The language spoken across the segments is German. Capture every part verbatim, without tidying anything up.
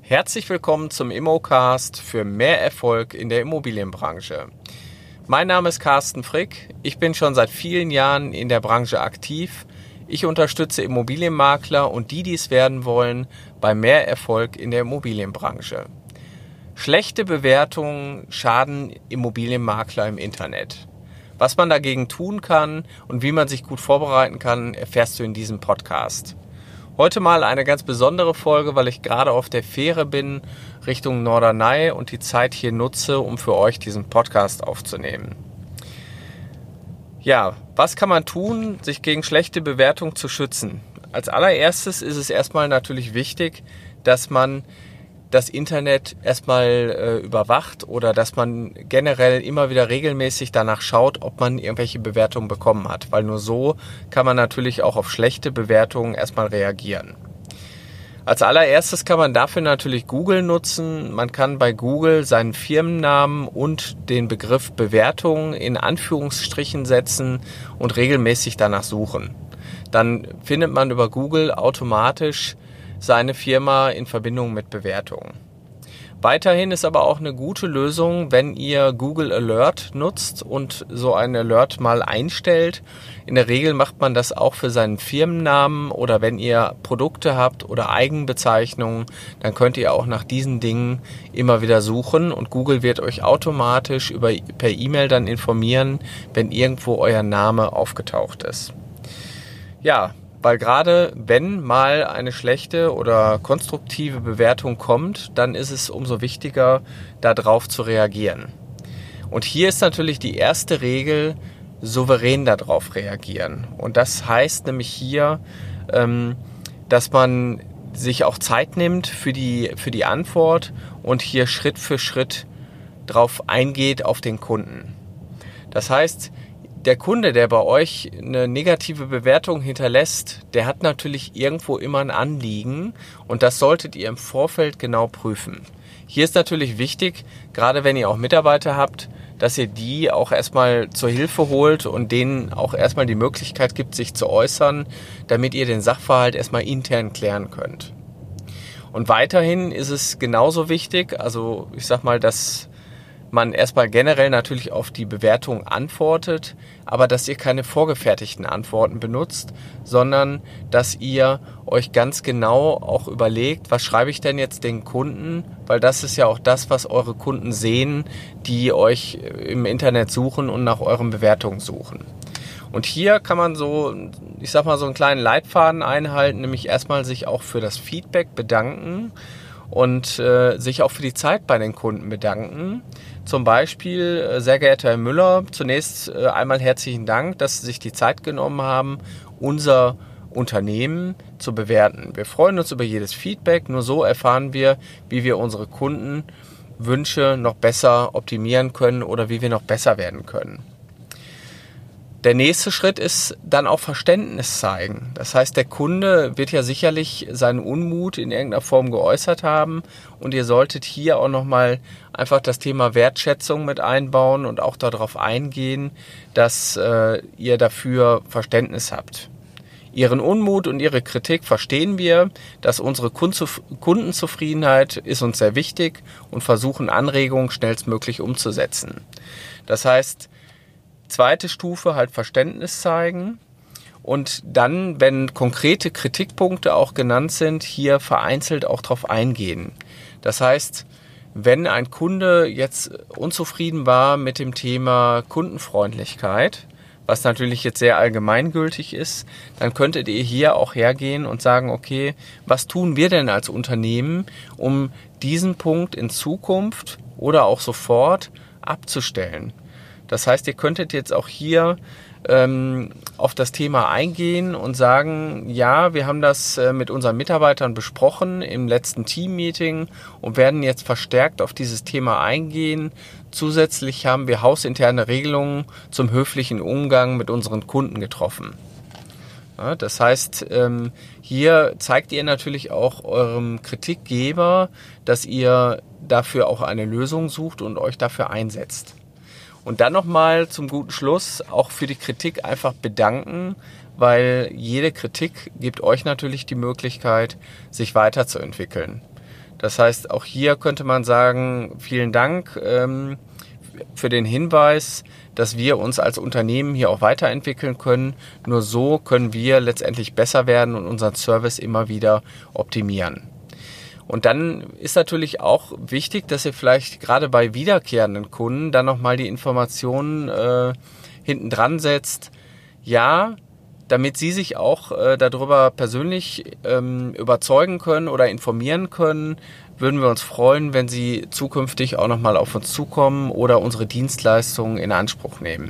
Herzlich willkommen zum Immocast für mehr Erfolg in der Immobilienbranche. Mein Name ist Carsten Frick, ich bin schon seit vielen Jahren in der Branche aktiv. Ich unterstütze Immobilienmakler und die, die es werden wollen, bei mehr Erfolg in der Immobilienbranche. Schlechte Bewertungen schaden Immobilienmakler im Internet. Was man dagegen tun kann und wie man sich gut vorbereiten kann, erfährst du in diesem Podcast. Heute mal eine ganz besondere Folge, weil ich gerade auf der Fähre bin Richtung Norderney und die Zeit hier nutze, um für euch diesen Podcast aufzunehmen. Ja, was kann man tun, sich gegen schlechte Bewertungen zu schützen? Als allererstes ist es erstmal natürlich wichtig, dass man das Internet erstmal äh, überwacht oder dass man generell immer wieder regelmäßig danach schaut, ob man irgendwelche Bewertungen bekommen hat. Weil nur so kann man natürlich auch auf schlechte Bewertungen erstmal reagieren. Als allererstes kann man dafür natürlich Google nutzen. Man kann bei Google seinen Firmennamen und den Begriff Bewertung in Anführungsstrichen setzen und regelmäßig danach suchen. Dann findet man über Google automatisch seine Firma in Verbindung mit Bewertungen. Weiterhin ist aber auch eine gute Lösung, wenn ihr Google Alert nutzt und so einen Alert mal einstellt. In der Regel macht man das auch für seinen Firmennamen oder wenn ihr Produkte habt oder Eigenbezeichnungen, dann könnt ihr auch nach diesen Dingen immer wieder suchen und Google wird euch automatisch über, per E-Mail dann informieren, wenn irgendwo euer Name aufgetaucht ist. Ja, weil gerade wenn mal eine schlechte oder konstruktive Bewertung kommt, dann ist es umso wichtiger, darauf zu reagieren. Und hier ist natürlich die erste Regel, souverän darauf reagieren. Und das heißt nämlich hier, dass man sich auch Zeit nimmt für die, für die Antwort und hier Schritt für Schritt drauf eingeht auf den Kunden. Das heißt, der Kunde, der bei euch eine negative Bewertung hinterlässt, der hat natürlich irgendwo immer ein Anliegen und das solltet ihr im Vorfeld genau prüfen. Hier ist natürlich wichtig, gerade wenn ihr auch Mitarbeiter habt, dass ihr die auch erstmal zur Hilfe holt und denen auch erstmal die Möglichkeit gibt, sich zu äußern, damit ihr den Sachverhalt erstmal intern klären könnt. Und weiterhin ist es genauso wichtig, also ich sag mal, dass man erstmal generell natürlich auf die Bewertung antwortet, aber dass ihr keine vorgefertigten Antworten benutzt, sondern dass ihr euch ganz genau auch überlegt, was schreibe ich denn jetzt den Kunden, weil das ist ja auch das, was eure Kunden sehen, die euch im Internet suchen und nach euren Bewertungen suchen. Und hier kann man so, ich sag mal, so einen kleinen Leitfaden einhalten, nämlich erstmal sich auch für das Feedback bedanken und äh, sich auch für die Zeit bei den Kunden bedanken. Zum Beispiel, äh, sehr geehrter Herr Müller, zunächst äh, einmal herzlichen Dank, dass Sie sich die Zeit genommen haben, unser Unternehmen zu bewerten. Wir freuen uns über jedes Feedback, nur so erfahren wir, wie wir unsere Kundenwünsche noch besser optimieren können oder wie wir noch besser werden können. Der nächste Schritt ist dann auch Verständnis zeigen. Das heißt, der Kunde wird ja sicherlich seinen Unmut in irgendeiner Form geäußert haben und ihr solltet hier auch nochmal einfach das Thema Wertschätzung mit einbauen und auch darauf eingehen, dass äh, ihr dafür Verständnis habt. Ihren Unmut und Ihre Kritik verstehen wir, dass unsere Kundenzufriedenheit ist uns sehr wichtig und versuchen Anregungen schnellstmöglich umzusetzen. Das heißt, zweite Stufe halt Verständnis zeigen und dann, wenn konkrete Kritikpunkte auch genannt sind, hier vereinzelt auch drauf eingehen. Das heißt, wenn ein Kunde jetzt unzufrieden war mit dem Thema Kundenfreundlichkeit, was natürlich jetzt sehr allgemeingültig ist, dann könntet ihr hier auch hergehen und sagen, okay, was tun wir denn als Unternehmen, um diesen Punkt in Zukunft oder auch sofort abzustellen? Das heißt, ihr könntet jetzt auch hier ähm, auf das Thema eingehen und sagen, ja, wir haben das äh, mit unseren Mitarbeitern besprochen im letzten Teammeeting und werden jetzt verstärkt auf dieses Thema eingehen. Zusätzlich haben wir hausinterne Regelungen zum höflichen Umgang mit unseren Kunden getroffen. Ja, das heißt, ähm, hier zeigt ihr natürlich auch eurem Kritikgeber, dass ihr dafür auch eine Lösung sucht und euch dafür einsetzt. Und dann nochmal zum guten Schluss auch für die Kritik einfach bedanken, weil jede Kritik gibt euch natürlich die Möglichkeit, sich weiterzuentwickeln. Das heißt, auch hier könnte man sagen, vielen Dank ähm, für den Hinweis, dass wir uns als Unternehmen hier auch weiterentwickeln können. Nur so können wir letztendlich besser werden und unseren Service immer wieder optimieren. Und dann ist natürlich auch wichtig, dass ihr vielleicht gerade bei wiederkehrenden Kunden dann nochmal die Informationen äh, hinten dran setzt. Ja, damit sie sich auch äh, darüber persönlich ähm, überzeugen können oder informieren können, würden wir uns freuen, wenn sie zukünftig auch nochmal auf uns zukommen oder unsere Dienstleistungen in Anspruch nehmen.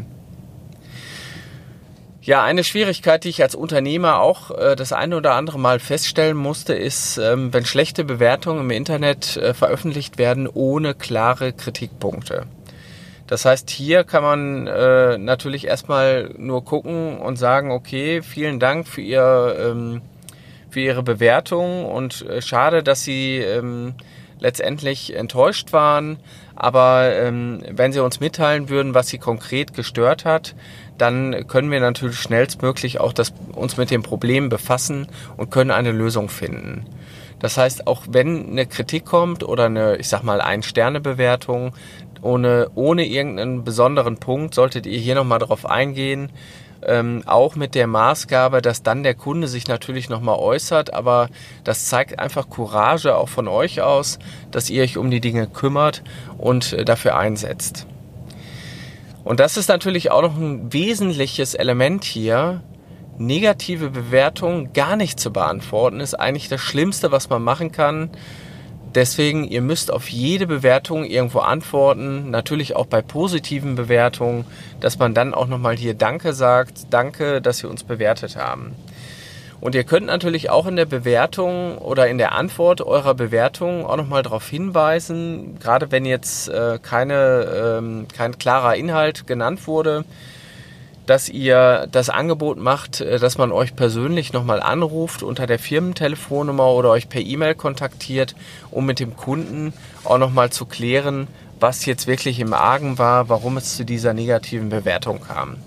Ja, eine Schwierigkeit, die ich als Unternehmer auch äh, das eine oder andere Mal feststellen musste, ist, ähm, wenn schlechte Bewertungen im Internet äh, veröffentlicht werden ohne klare Kritikpunkte. Das heißt, hier kann man äh, natürlich erstmal nur gucken und sagen, okay, vielen Dank für, ihr, ähm, für Ihre Bewertung und äh, schade, dass Sie ähm, letztendlich enttäuscht waren. Aber ähm, wenn Sie uns mitteilen würden, was Sie konkret gestört hat, dann können wir natürlich schnellstmöglich auch das, uns mit dem Problem befassen und können eine Lösung finden. Das heißt, auch wenn eine Kritik kommt oder eine, ich sag mal, Ein-Sterne-Bewertung, ohne, ohne irgendeinen besonderen Punkt, solltet ihr hier nochmal drauf eingehen, ähm, auch mit der Maßgabe, dass dann der Kunde sich natürlich nochmal äußert, aber das zeigt einfach Courage auch von euch aus, dass ihr euch um die Dinge kümmert und äh, dafür einsetzt. Und das ist natürlich auch noch ein wesentliches Element hier. Negative Bewertungen gar nicht zu beantworten, ist eigentlich das Schlimmste, was man machen kann. Deswegen, ihr müsst auf jede Bewertung irgendwo antworten, natürlich auch bei positiven Bewertungen, dass man dann auch nochmal hier Danke sagt, danke, dass Sie uns bewertet haben. Und ihr könnt natürlich auch in der Bewertung oder in der Antwort eurer Bewertung auch nochmal darauf hinweisen, gerade wenn jetzt äh, keine, ähm, kein klarer Inhalt genannt wurde, dass ihr das Angebot macht, dass man euch persönlich nochmal anruft unter der Firmentelefonnummer oder euch per E-Mail kontaktiert, um mit dem Kunden auch nochmal zu klären, was jetzt wirklich im Argen war, warum es zu dieser negativen Bewertung kam.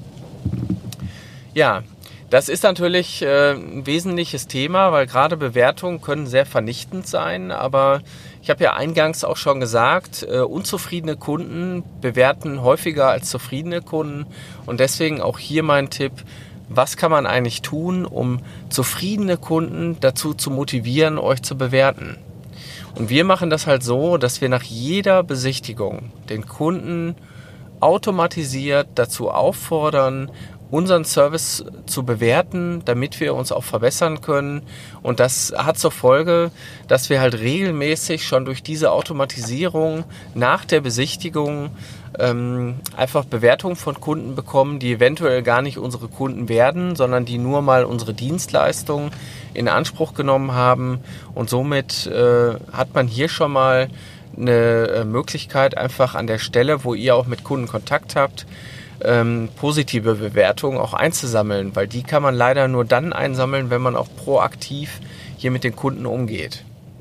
Ja, das ist natürlich äh, ein wesentliches Thema, weil gerade Bewertungen können sehr vernichtend sein, aber ich habe ja eingangs auch schon gesagt, äh, unzufriedene Kunden bewerten häufiger als zufriedene Kunden und deswegen auch hier mein Tipp, was kann man eigentlich tun, um zufriedene Kunden dazu zu motivieren, euch zu bewerten? Und wir machen das halt so, dass wir nach jeder Besichtigung den Kunden automatisiert dazu auffordern, unseren Service zu bewerten, damit wir uns auch verbessern können. Und das hat zur Folge, dass wir halt regelmäßig schon durch diese Automatisierung nach der Besichtigung ähm, einfach Bewertungen von Kunden bekommen, die eventuell gar nicht unsere Kunden werden, sondern die nur mal unsere Dienstleistung in Anspruch genommen haben. Und somit äh, hat man hier schon mal eine äh, Möglichkeit, einfach an der Stelle, wo ihr auch mit Kunden Kontakt habt, Ähm, positive Bewertungen auch einzusammeln, weil die kann man leider nur dann einsammeln, wenn man auch proaktiv hier mit den Kunden umgeht.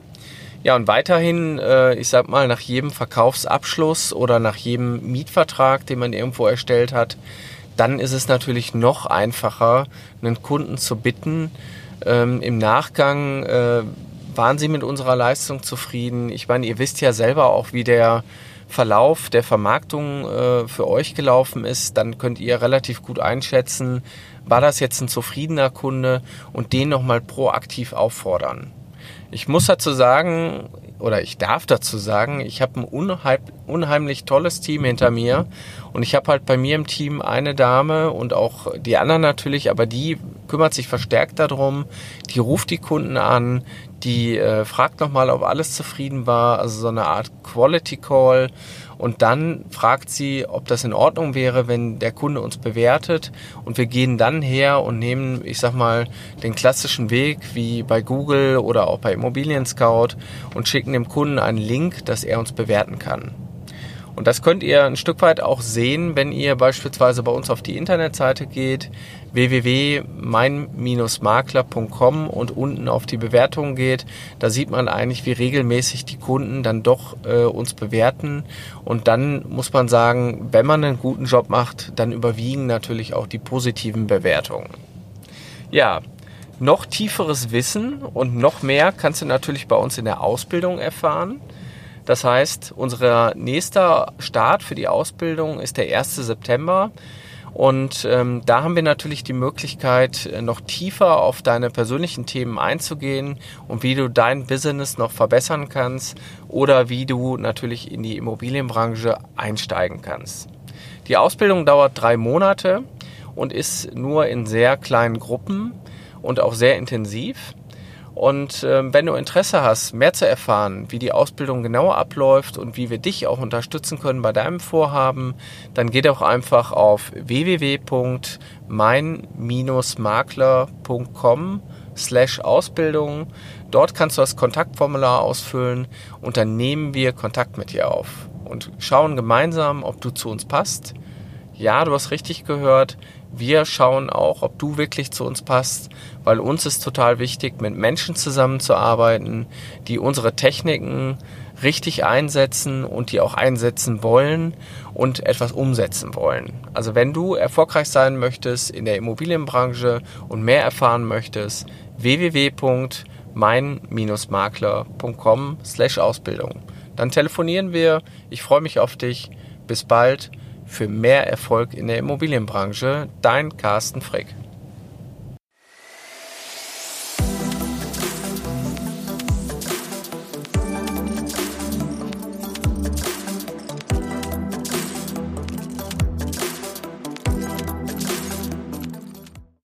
Ja, und weiterhin, äh, ich sag mal, nach jedem Verkaufsabschluss oder nach jedem Mietvertrag, den man irgendwo erstellt hat, dann ist es natürlich noch einfacher, einen Kunden zu bitten, ähm, im Nachgang, äh, waren Sie mit unserer Leistung zufrieden? Ich meine, ihr wisst ja selber auch, wie der Verlauf der Vermarktung äh, für euch gelaufen ist, dann könnt ihr relativ gut einschätzen, war das jetzt ein zufriedener Kunde und den nochmal proaktiv auffordern. Ich muss dazu sagen, oder ich darf dazu sagen, ich habe ein unheim, unheimlich tolles Team hinter mir und ich habe halt bei mir im Team eine Dame und auch die anderen natürlich, aber die kümmert sich verstärkt darum, die ruft die Kunden an, die äh, fragt nochmal, ob alles zufrieden war, also so eine Art Quality Call und dann fragt sie, ob das in Ordnung wäre, wenn der Kunde uns bewertet und wir gehen dann her und nehmen, ich sag mal, den klassischen Weg wie bei Google oder auch bei Immobilien Scout und schicken dem Kunden einen Link, dass er uns bewerten kann. Und das könnt ihr ein Stück weit auch sehen, wenn ihr beispielsweise bei uns auf die Internetseite geht, w w w punkt mein Makler punkt com und unten auf die Bewertungen geht. Da sieht man eigentlich, wie regelmäßig die Kunden dann doch äh, uns bewerten. Und dann muss man sagen, wenn man einen guten Job macht, dann überwiegen natürlich auch die positiven Bewertungen. Ja, Noch tieferes Wissen und noch mehr kannst du natürlich bei uns in der Ausbildung erfahren. Das heißt, unser nächster Start für die Ausbildung ist der erste September. Und ähm, da haben wir natürlich die Möglichkeit, noch tiefer auf deine persönlichen Themen einzugehen und wie du dein Business noch verbessern kannst oder wie du natürlich in die Immobilienbranche einsteigen kannst. Die Ausbildung dauert drei Monate und ist nur in sehr kleinen Gruppen und auch sehr intensiv. Und äh, wenn du Interesse hast, mehr zu erfahren, wie die Ausbildung genauer abläuft und wie wir dich auch unterstützen können bei deinem Vorhaben, dann geh doch einfach auf w w w punkt mein makler punkt com slash Ausbildung. Dort kannst du das Kontaktformular ausfüllen und dann nehmen wir Kontakt mit dir auf und schauen gemeinsam, ob du zu uns passt. Ja, du hast richtig gehört. Wir schauen auch, ob du wirklich zu uns passt, weil uns ist total wichtig, mit Menschen zusammenzuarbeiten, die unsere Techniken richtig einsetzen und die auch einsetzen wollen und etwas umsetzen wollen. Also wenn du erfolgreich sein möchtest in der Immobilienbranche und mehr erfahren möchtest, w w w punkt mein makler punkt com slash Ausbildung. Dann telefonieren wir. Ich freue mich auf dich. Bis bald. Für mehr Erfolg in der Immobilienbranche, dein Carsten Frick.